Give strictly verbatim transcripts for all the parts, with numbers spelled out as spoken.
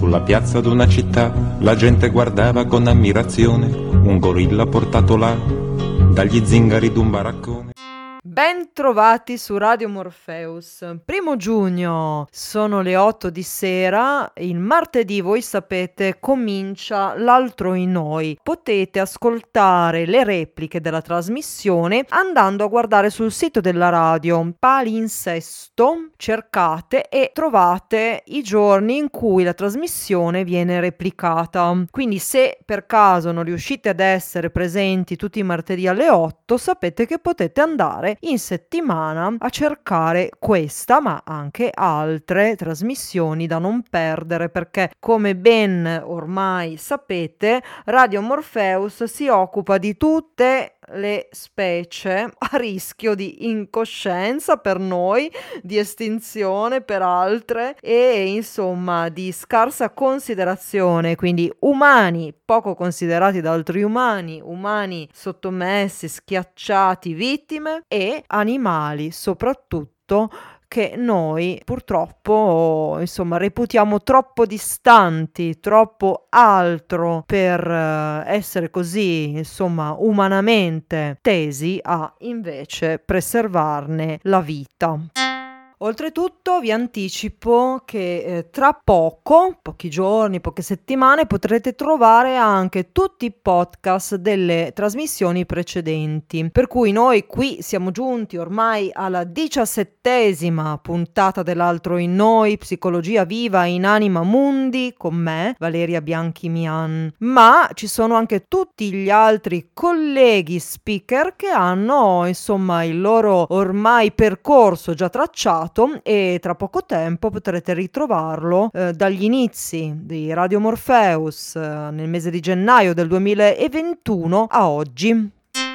Sulla piazza d'una città la gente guardava con ammirazione un gorilla portato là dagli zingari d'un baraccone. Ben trovati su Radio Morpheus. Primo giugno, sono le otto di sera, il martedì, voi sapete, comincia l'Altro in Noi. Potete ascoltare le repliche della trasmissione andando a guardare sul sito della radio, palinsesto, cercate e trovate i giorni in cui la trasmissione viene replicata. Quindi se per caso non riuscite ad essere presenti tutti i martedì alle otto, sapete che potete andare in settimana a cercare questa, ma anche altre trasmissioni da non perdere, perché come ben ormai sapete, Radio Morpheus si occupa di tutte le specie a rischio di incoscienza per noi, di estinzione per altre e insomma di scarsa considerazione, quindi umani poco considerati da altri umani, umani sottomessi, schiacciati, vittime, e animali soprattutto che noi purtroppo insomma reputiamo troppo distanti, troppo altro per eh, essere così insomma umanamente tesi a invece preservarne la vita. Oltretutto vi anticipo che eh, tra poco, pochi giorni, poche settimane, potrete trovare anche tutti i podcast delle trasmissioni precedenti. Per cui noi qui siamo giunti ormai alla diciassettesima puntata dell'Altro in Noi, Psicologia Viva in Anima Mundi, con me, Valeria Bianchi Mian. Ma ci sono anche tutti gli altri colleghi speaker che hanno insomma il loro ormai percorso già tracciato, e tra poco tempo potrete ritrovarlo eh, dagli inizi di Radio Morpheus eh, nel mese di gennaio del duemilaventuno a oggi.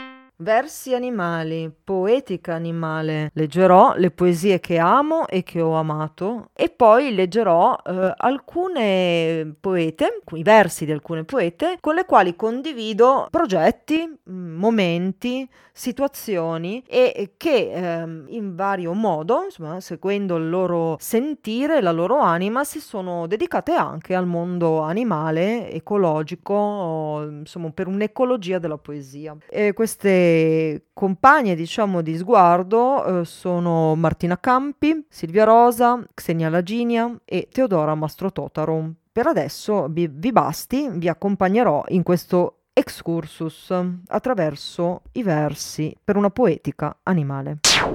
Versi animali, poetica animale. Leggerò le poesie che amo e che ho amato e poi leggerò eh, alcune poete, i versi di alcune poete con le quali condivido progetti, momenti, situazioni e che eh, in vario modo, insomma, seguendo il loro sentire, la loro anima, si sono dedicate anche al mondo animale, ecologico, insomma, per un'ecologia della poesia. E queste compagne, diciamo, di sguardo eh, sono Martina Campi, Silvia Rosa, Xenia Laginia e Teodora Mastrototaro. Per adesso vi, vi basti, vi accompagnerò in questo excursus attraverso i versi per una poetica animale.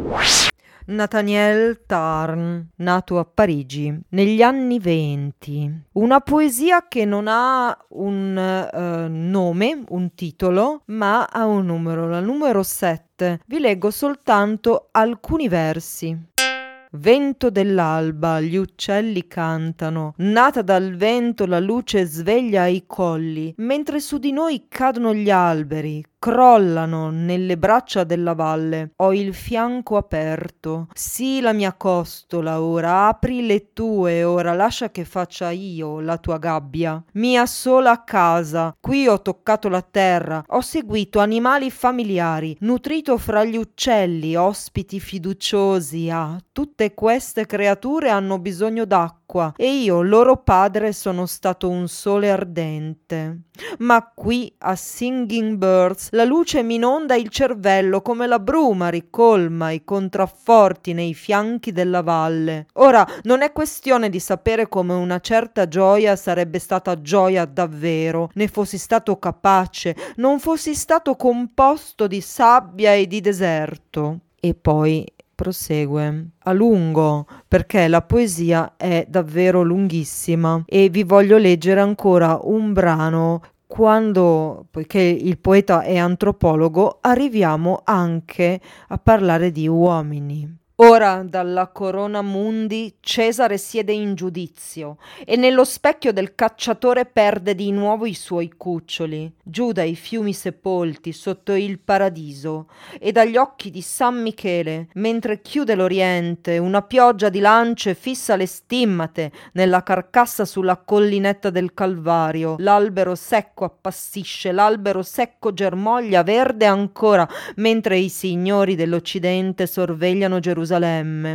Nathaniel Tarn, nato a Parigi negli anni venti. Una poesia che non ha un uh, nome, un titolo, ma ha un numero, la numero sette. Vi leggo soltanto alcuni versi. Vento dell'alba, gli uccelli cantano, nata dal vento la luce sveglia i colli, mentre su di noi cadono gli alberi, crollano nelle braccia della valle. Ho il fianco aperto, sì la mia costola ora, apri le tue ora, lascia che faccia io la tua gabbia. Mia sola casa, qui ho toccato la terra, ho seguito animali familiari, nutrito fra gli uccelli, ospiti fiduciosi, ah, tutte queste creature hanno bisogno d'acqua e io, loro padre, sono stato un sole ardente. Ma qui a Singing Birds la luce mi inonda il cervello come la bruma ricolma i contrafforti nei fianchi della valle. Ora non è questione di sapere come una certa gioia sarebbe stata gioia davvero, ne fossi stato capace, non fossi stato composto di sabbia e di deserto. E poi prosegue a lungo, perché la poesia è davvero lunghissima e vi voglio leggere ancora un brano. Quando, poiché il poeta è antropologo, arriviamo anche a parlare di uomini. Ora dalla corona mundi Cesare siede in giudizio e nello specchio del cacciatore perde di nuovo i suoi cuccioli, giù dai fiumi sepolti sotto il paradiso e dagli occhi di San Michele, mentre chiude l'Oriente, una pioggia di lance fissa le stimmate nella carcassa sulla collinetta del Calvario, l'albero secco appassisce, l'albero secco germoglia verde ancora, mentre i signori dell'Occidente sorvegliano Gerusalemme.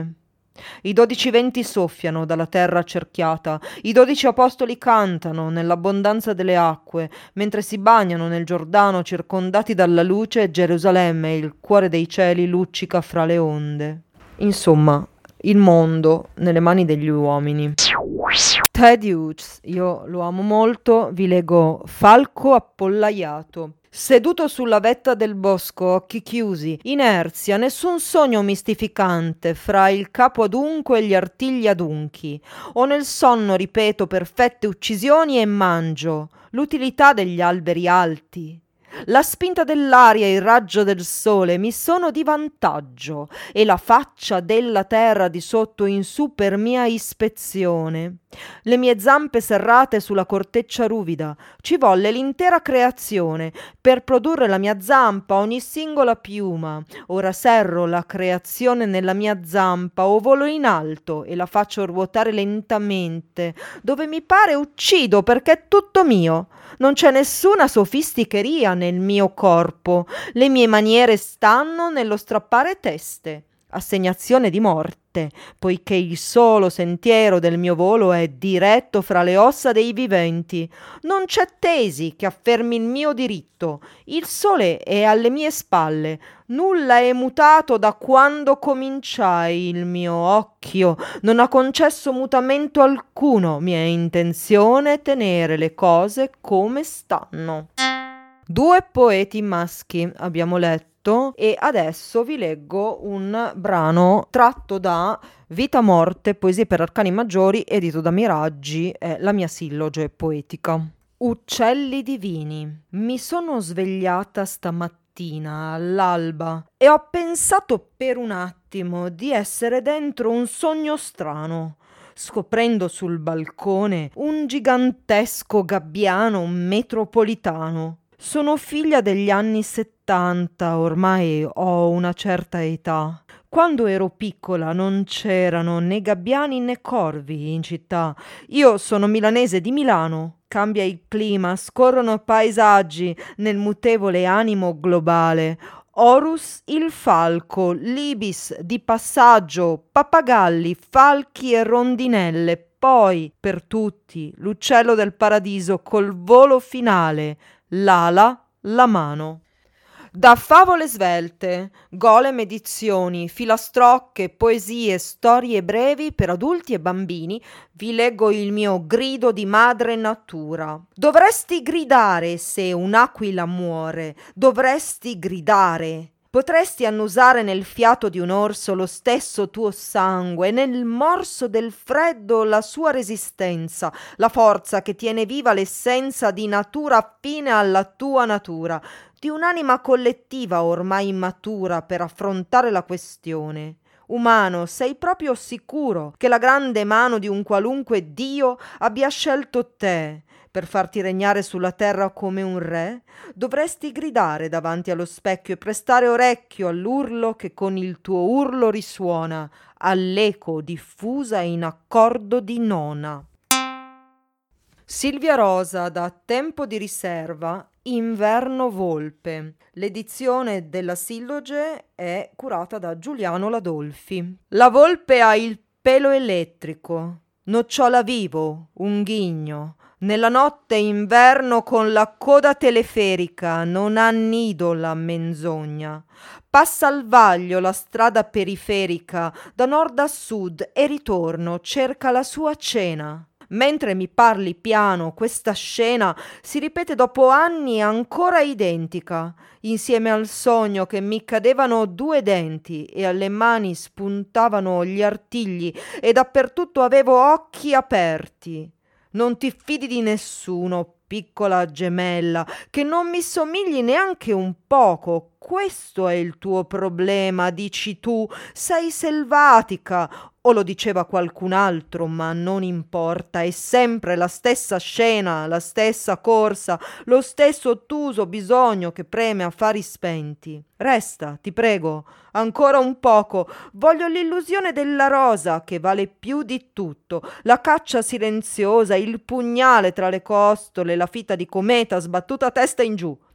I dodici venti soffiano dalla terra accerchiata, i dodici apostoli cantano nell'abbondanza delle acque, mentre si bagnano nel Giordano circondati dalla luce e Gerusalemme, il cuore dei cieli, luccica fra le onde. Insomma, il mondo nelle mani degli uomini. Ted Hughes, io lo amo molto, vi leggo Falco appollaiato. Seduto sulla vetta del bosco, occhi chiusi, inerzia, nessun sogno mistificante fra il capo adunco e gli artigli adunchi. O nel sonno ripeto perfette uccisioni e mangio l'utilità degli alberi alti. La spinta dell'aria e il raggio del sole mi sono di vantaggio e la faccia della terra di sotto in su per mia ispezione. Le mie zampe serrate sulla corteccia ruvida, ci volle l'intera creazione per produrre la mia zampa, ogni singola piuma. Ora serro la creazione nella mia zampa o volo in alto e la faccio ruotare lentamente. Dove mi pare uccido perché è tutto mio. Non c'è nessuna sofisticheria nel mio corpo. Le mie maniere stanno nello strappare teste. Assegnazione di morte, poiché il solo sentiero del mio volo è diretto fra le ossa dei viventi. Non c'è tesi che affermi il mio diritto. Il sole è alle mie spalle. Nulla è mutato da quando cominciai. Il mio occhio non ha concesso mutamento alcuno. Mia intenzione tenere le cose come stanno. Due poeti maschi abbiamo letto. E adesso vi leggo un brano tratto da Vita Morte, poesie per arcani maggiori, edito da Miraggi, è la mia silloge poetica. Uccelli divini. Mi sono svegliata stamattina all'alba e ho pensato per un attimo di essere dentro un sogno strano, scoprendo sul balcone un gigantesco gabbiano metropolitano. Sono figlia degli anni settanta, ormai ho una certa età. Quando ero piccola non c'erano né gabbiani né corvi in città. Io sono milanese di Milano. Cambia il clima, scorrono paesaggi nel mutevole animo globale. Horus il falco, l'ibis di passaggio, pappagalli, falchi e rondinelle. Poi, per tutti, l'uccello del paradiso col volo finale, l'ala, la mano. Da favole svelte, golem edizioni, filastrocche, poesie, storie brevi per adulti e bambini, vi leggo il mio grido di madre natura. Dovresti gridare se un'aquila muore, dovresti gridare. Potresti annusare nel fiato di un orso lo stesso tuo sangue, nel morso del freddo la sua resistenza, la forza che tiene viva l'essenza di natura affine alla tua natura, di un'anima collettiva ormai immatura per affrontare la questione. Umano, sei proprio sicuro che la grande mano di un qualunque Dio abbia scelto te per farti regnare sulla terra come un re? Dovresti gridare davanti allo specchio e prestare orecchio all'urlo che con il tuo urlo risuona, all'eco diffusa in accordo di nona. Silvia Rosa, da Tempo di riserva, Inverno Volpe. L'edizione della silloge è curata da Giuliano Ladolfi. La volpe ha il pelo elettrico, nocciola vivo, un ghigno. Nella notte inverno con la coda teleferica, non ha nido la menzogna. Passa al vaglio la strada periferica, da nord a sud e ritorno, cerca la sua cena. Mentre mi parli piano, questa scena si ripete dopo anni ancora identica, insieme al sogno che mi cadevano due denti e alle mani spuntavano gli artigli e dappertutto avevo occhi aperti. Non ti fidi di nessuno, piccola gemella, che non mi somigli neanche un poco. Questo è il tuo problema, dici tu, sei selvatica. O lo diceva qualcun altro, ma non importa, è sempre la stessa scena, la stessa corsa, lo stesso ottuso bisogno che preme affari spenti. Resta, ti prego, ancora un poco, voglio l'illusione della rosa che vale più di tutto, la caccia silenziosa, il pugnale tra le costole, la fita di cometa sbattuta a testa in giù.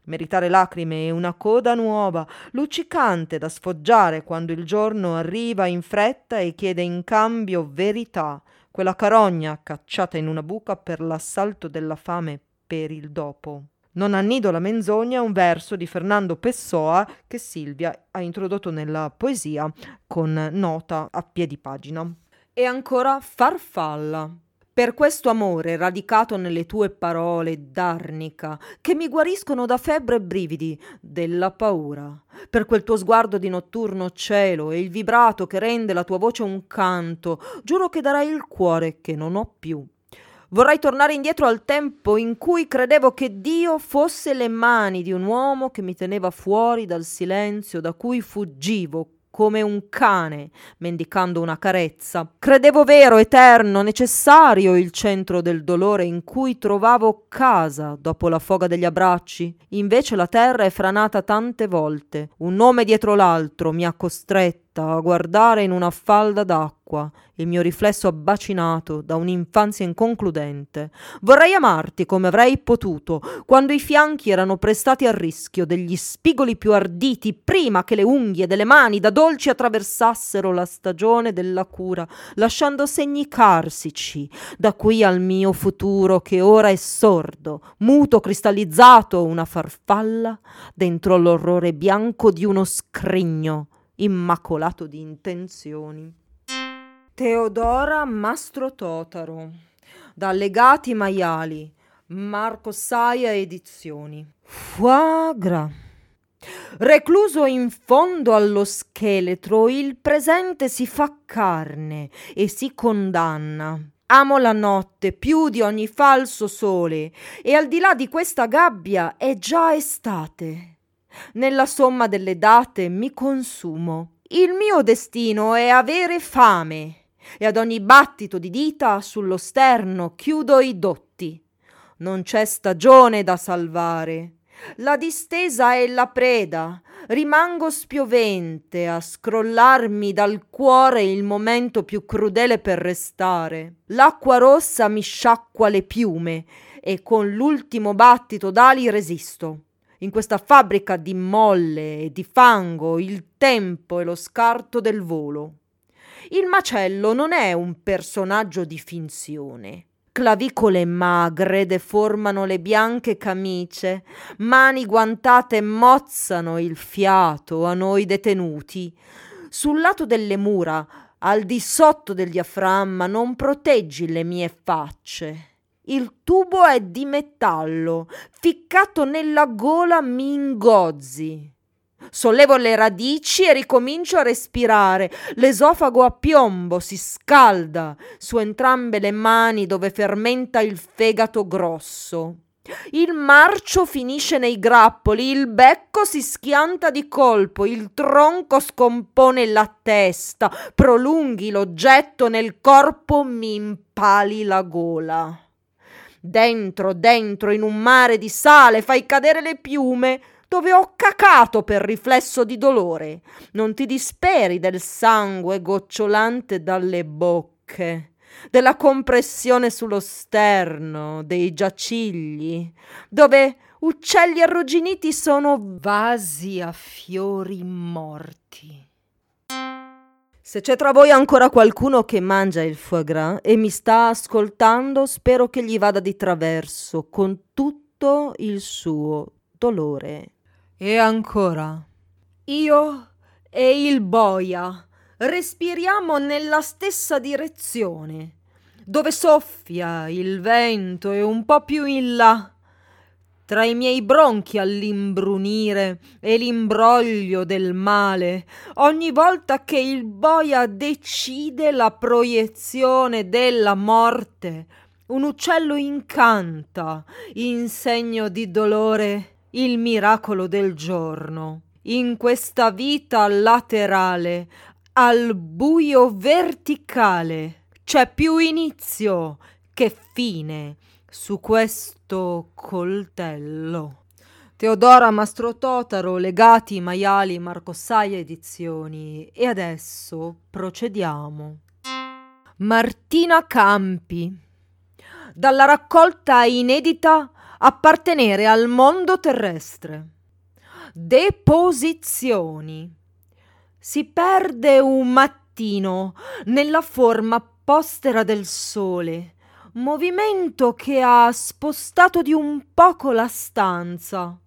meritare lacrime e una coda nuova, luccicante da sfoggiare quando il giorno arriva in fretta e chiede in cambio verità, quella carogna cacciata in una buca per l'assalto della fame per il dopo. Non annido la menzogna è un verso di Fernando Pessoa che Silvia ha introdotto nella poesia con nota a piedi pagina. E ancora farfalla. Per questo amore radicato nelle tue parole d'arnica che mi guariscono da febbre e brividi della paura, per quel tuo sguardo di notturno cielo e il vibrato che rende la tua voce un canto, giuro che darai il cuore che non ho più. Vorrei tornare indietro al tempo in cui credevo che Dio fosse le mani di un uomo che mi teneva fuori dal silenzio da cui fuggivo come un cane mendicando una carezza. Credevo vero, eterno, necessario il centro del dolore in cui trovavo casa dopo la foga degli abbracci. Invece la terra è franata tante volte. Un nome dietro l'altro mi ha costretta a guardare in una falda d'acqua il mio riflesso abbacinato da un'infanzia inconcludente. Vorrei amarti come avrei potuto, quando i fianchi erano prestati al rischio degli spigoli più arditi, prima che le unghie delle mani da dolci attraversassero la stagione della cura, lasciando segni carsici da qui al mio futuro che ora è sordo, muto, cristallizzato, una farfalla dentro l'orrore bianco di uno scrigno immacolato di intenzioni. Teodora Mastrototaro, da Legati Maiali, Marco Saia Edizioni. Foie gras. Recluso in fondo allo scheletro, il presente si fa carne e si condanna. Amo la notte più di ogni falso sole e al di là di questa gabbia è già estate. Nella somma delle date mi consumo. Il mio destino è avere fame e ad ogni battito di dita sullo sterno chiudo i dotti. Non c'è stagione da salvare. La distesa è la preda. Rimango spiovente a scrollarmi dal cuore il momento più crudele per restare. L'acqua rossa mi sciacqua le piume e con l'ultimo battito d'ali resisto. In questa fabbrica di molle e di fango il tempo è lo scarto del volo. Il macello non è un personaggio di finzione. Clavicole magre deformano le bianche camicie, mani guantate mozzano il fiato a noi detenuti. Sul lato delle mura, al di sotto del diaframma, non proteggi le mie facce. Il tubo è di metallo, ficcato nella gola mi ingozzi. Sollevo le radici e ricomincio a respirare. L'esofago a piombo si scalda su entrambe le mani dove fermenta il fegato grosso. Il marcio finisce nei grappoli, il becco si schianta di colpo, il tronco scompone la testa, prolunghi l'oggetto nel corpo, mi impali la gola. Dentro, dentro, in un mare di sale, fai cadere le piume dove ho cacato per riflesso di dolore. Non ti disperi del sangue gocciolante dalle bocche, della compressione sullo sterno, dei giacigli, dove uccelli arrugginiti sono vasi a fiori morti. Se c'è tra voi ancora qualcuno che mangia il foie gras e mi sta ascoltando, spero che gli vada di traverso con tutto il suo dolore. E ancora, io e il boia respiriamo nella stessa direzione, dove soffia il vento e un po' più in là, tra i miei bronchi all'imbrunire e l'imbroglio del male, ogni volta che il boia decide la proiezione della morte, un uccello incanta, in segno di dolore, il miracolo del giorno. In questa vita laterale, al buio verticale, c'è più inizio che fine su questo coltello. Teodora Mastrototaro, Legati Maiali, Marco Saia Edizioni. E adesso procediamo. Martina Campi, dalla raccolta inedita appartenere al mondo terrestre. Deposizioni. Si perde un mattino nella forma postera del sole, movimento che ha spostato di un poco la stanza.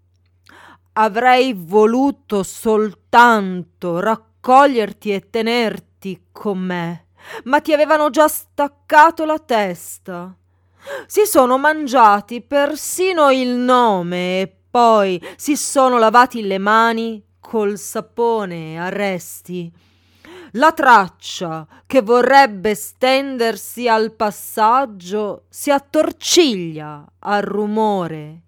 Avrei voluto soltanto raccoglierti e tenerti con me, ma ti avevano già staccato la testa. Si sono mangiati persino il nome e poi si sono lavati le mani col sapone a resti. La traccia che vorrebbe stendersi al passaggio si attorciglia al rumore.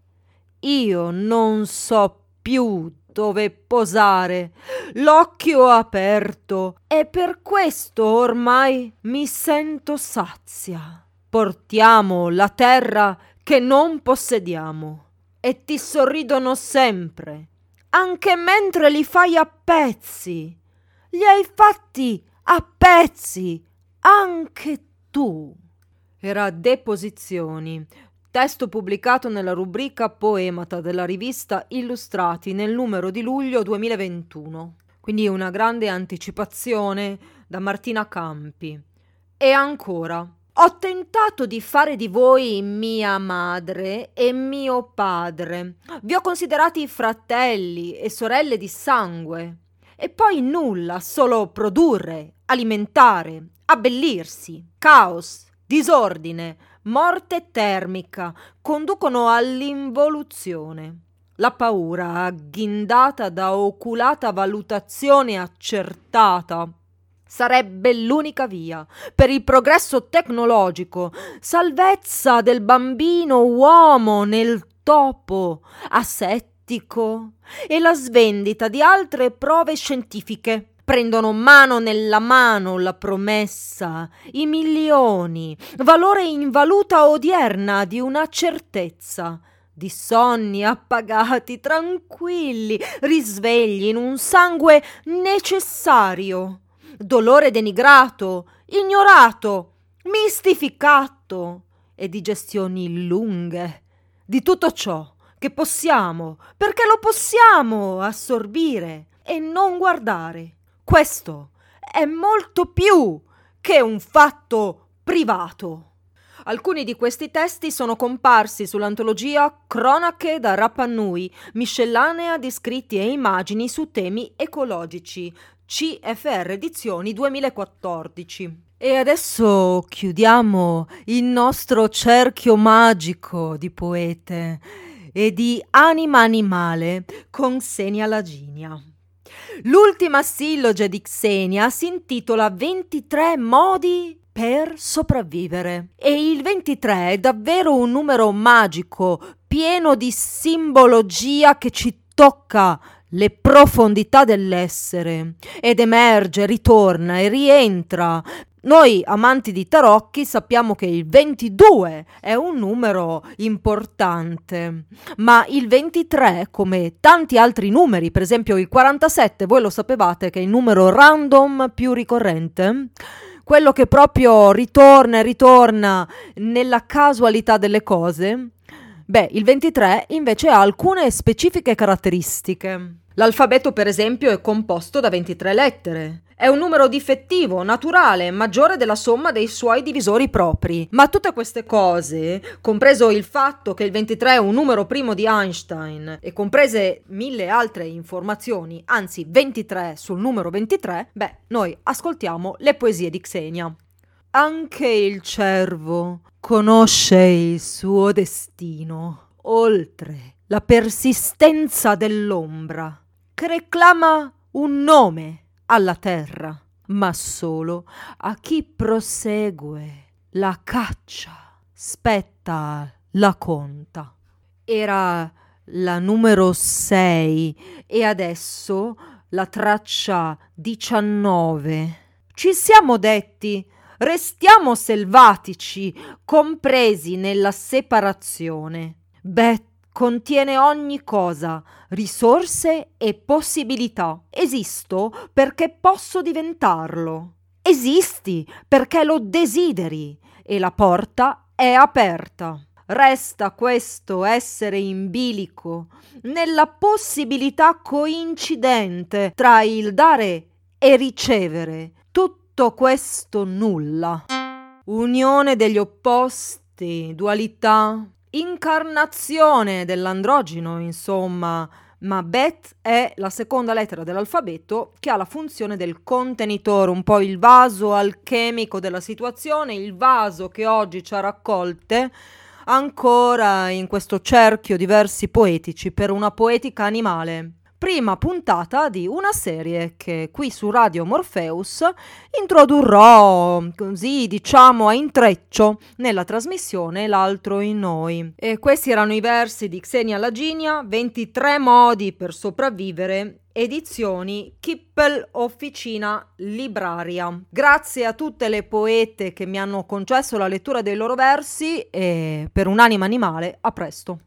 Io non so più dove posare, l'occhio aperto, e per questo ormai mi sento sazia. Portiamo la terra che non possediamo e ti sorridono sempre, anche mentre li fai a pezzi. Li hai fatti a pezzi anche tu. Era Deposizioni, testo pubblicato nella rubrica Poemata della rivista Illustrati nel numero di luglio duemilaventuno. Quindi una grande anticipazione da Martina Campi. E ancora, ho tentato di fare di voi mia madre e mio padre. Vi ho considerati fratelli e sorelle di sangue. E poi nulla, solo produrre, alimentare, abbellirsi, caos, disordine, morte termica conducono all'involuzione. La paura, agghindata da oculata valutazione accertata, sarebbe l'unica via per il progresso tecnologico, salvezza del bambino uomo nel topo asettico e la svendita di altre prove scientifiche. Prendono mano nella mano la promessa, i milioni, valore in valuta odierna di una certezza, di sonni appagati, tranquilli, risvegli in un sangue necessario, dolore denigrato, ignorato, mistificato e digestioni lunghe di tutto ciò che possiamo, perché lo possiamo assorbire e non guardare. Questo è molto più che un fatto privato. Alcuni di questi testi sono comparsi sull'antologia Cronache da Rapa Nui, miscellanea di scritti e immagini su temi ecologici, C F R Edizioni duemilaquattordici. E adesso chiudiamo il nostro cerchio magico di poete e di anima animale con Xenia Laginia. L'ultima silloge di Xenia si intitola ventitré modi per sopravvivere e il ventitré è davvero un numero magico, pieno di simbologia che ci tocca le profondità dell'essere ed emerge, ritorna e rientra. Noi amanti di tarocchi sappiamo che il ventidue è un numero importante, ma il ventitré, come tanti altri numeri, per esempio il quarantasette, voi lo sapevate che è il numero random più ricorrente? Quello che proprio ritorna e ritorna nella casualità delle cose? Beh, il ventitré invece ha alcune specifiche caratteristiche. L'alfabeto, per esempio, è composto da ventitré lettere. È un numero difettivo, naturale, maggiore della somma dei suoi divisori propri. Ma tutte queste cose, compreso il fatto che il ventitré è un numero primo di Einstein e comprese mille altre informazioni, anzi ventitré sul numero ventitré, beh, noi ascoltiamo le poesie di Xenia. Anche il cervo conosce il suo destino, oltre la persistenza dell'ombra, che reclama un nome alla terra, ma solo a chi prosegue la caccia. Spetta la conta. Era la numero sei e adesso la traccia diciannove. Ci siamo detti, restiamo selvatici, compresi nella separazione. Beh, contiene ogni cosa, risorse e possibilità. Esisto perché posso diventarlo. Esisti perché lo desideri e la porta è aperta. resta questo essere in bilico nella possibilità coincidente tra il dare e ricevere tutto questo nulla. Unione degli opposti, dualità, incarnazione dell'androgino, insomma, ma Bet è la seconda lettera dell'alfabeto che ha la funzione del contenitore, un po' il vaso alchemico della situazione, il vaso che oggi ci ha raccolte ancora in questo cerchio di versi poetici per una poetica animale. Prima puntata di una serie che qui su Radio Morpheus introdurrò così, diciamo, a intreccio nella trasmissione L'altro in noi. E questi erano i versi di Xenia Laginia, ventitré modi per sopravvivere, edizioni Kippel Officina Libraria. Grazie a tutte le poete che mi hanno concesso la lettura dei loro versi e per Un'anima animale, a presto.